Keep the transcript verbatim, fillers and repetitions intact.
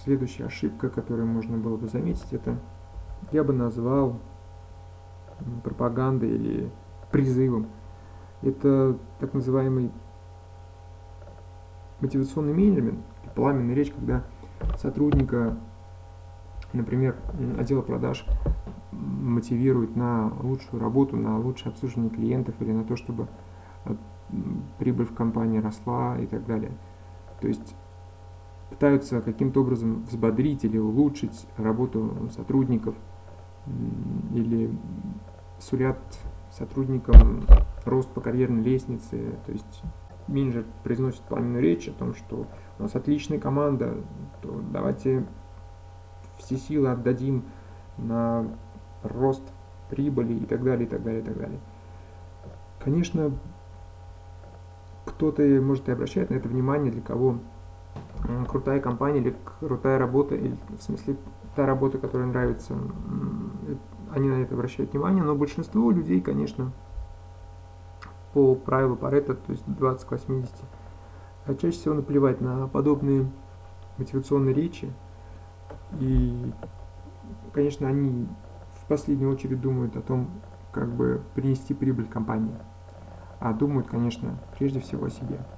следующая ошибка, которую можно было бы заметить, это я бы назвал пропагандой или призывом. Это так называемый мотивационный менеджмент, пламенная речь, когда сотрудника, например, отдела продаж мотивирует на лучшую работу, на лучшее обслуживание клиентов или на то, чтобы прибыль в компании росла и так далее. То есть пытаются каким-то образом взбодрить или улучшить работу сотрудников или сулят сотрудникам рост по карьерной лестнице. То есть менеджер произносит пламенную речь о том, что у нас отличная команда, то давайте все силы отдадим на рост прибыли и так далее, и так далее, и так далее. Конечно, кто-то может и обращать на это внимание, для кого крутая компания или крутая работа, или в смысле та работа, которая нравится, они на это обращают внимание, но большинство людей, конечно, по правилу Парето, то есть двадцать к восьмидесяти, чаще всего наплевать на подобные мотивационные речи, и, конечно, они в последнюю очередь думают о том, как бы принести прибыль компании, а думают, конечно, прежде всего о себе.